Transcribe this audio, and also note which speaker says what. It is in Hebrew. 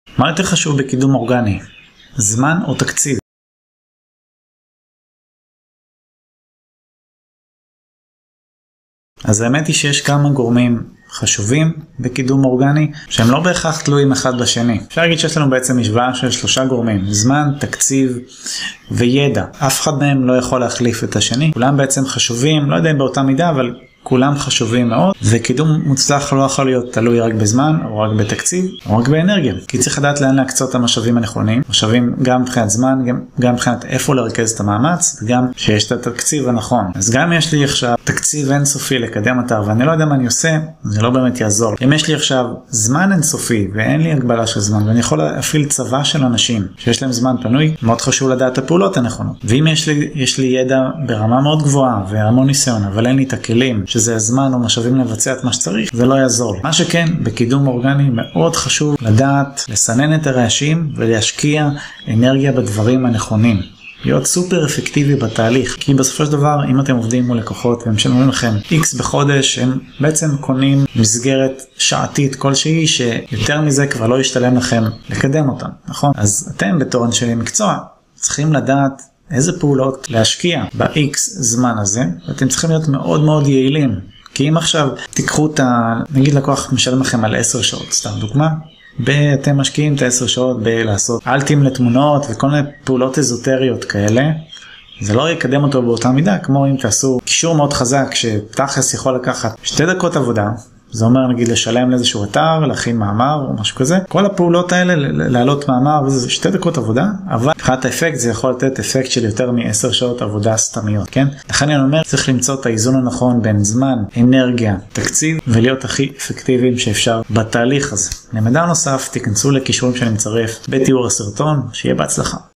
Speaker 1: מה יותר חשוב בקידום אורגני? זמן או תקציב? אז האמת היא שיש כמה גורמים חשובים בקידום אורגני, שהם לא בהכרח תלויים אחד בשני. אפשר להגיד שיש לנו בעצם משוואה של 3 גורמים, זמן, תקציב וידע. אף אחד מהם לא יכול להחליף את השני. כולם בעצם חשובים, לא יודע אם באותה מידה, אבל כולם חשובים מאוד, וקידום מוצלח לא יכול להיות תלוי רק בזמן, או רק בתקציב, או רק באנרגיה. כי צריך לדעת לאן להקצות את המשאבים הנכונים, משאבים גם מבחינת זמן, גם מבחינת איפה לרכז את המאמץ, וגם שיש את התקציב הנכון. אז גם יש לי עכשיו תקציב אינסופי לקדם אתר, ואני לא יודע מה אני עושה, זה לא באמת יעזור. אם יש לי עכשיו זמן אינסופי, ואין לי הגבלה של זמן, ואני יכול להפעיל צבא של אנשים, שיש להם זמן פנוי, מאוד חשוב לדעת את הפעולות הנכונות. ואם יש לי ידע ברמה מאוד גבוהה, והמון ניסיון, אבל אין לי את הכלים, שזה הזמן או משאבים לבצע את מה שצריך, זה לא יעזור. מה שכן, בקידום אורגני מאוד חשוב לדעת, לסנן את הרעשים ולהשקיע אנרגיה בדברים הנכונים. להיות סופר אפקטיבי בתהליך, כי בסופו של דבר, אם אתם עובדים מול לקוחות והם משלמים לכם X בחודש, הם בעצם קונים מסגרת שעתית כלשהי, שיותר מזה כבר לא ישתלם לכם לקדם אותם, נכון? אז אתם בתור אנשי מקצוע צריכים לדעת איזה פעולות להשקיע ב-X זמן הזה, ואתם צריכים להיות מאוד מאוד יעילים. כי אם עכשיו תיקחו נגיד לקוח משלם לכם על 10 שעות, סתם דוגמה, אתם משקיעים את 10 שעות בלעשות אלטים לתמונות וכל מיני פעולות אזוטריות כאלה, זה לא יקדם אותו באותה מידה, כמו אם תעשו קישור מאוד חזק, שתכלס יכול לקחת 2 דקות עבודה, זה אומר נגיד לשלם לאיזשהו אתר, להכין מאמר או משהו כזה. כל הפעולות האלה, להעלות מאמר, וזה 2 דקות עבודה, אבל מבחינת האפקט זה יכול לתת אפקט של יותר מ10 שעות עבודה סתמיות, כן? לכן אני אומר, צריך למצוא את האיזון הנכון בין זמן, אנרגיה, תקציב, ולהיות הכי אפקטיביים שאפשר בתהליך הזה. למידע נוסף, תיכנסו לקישורים שאני מצרף בתיאור הסרטון, שיהיה בהצלחה.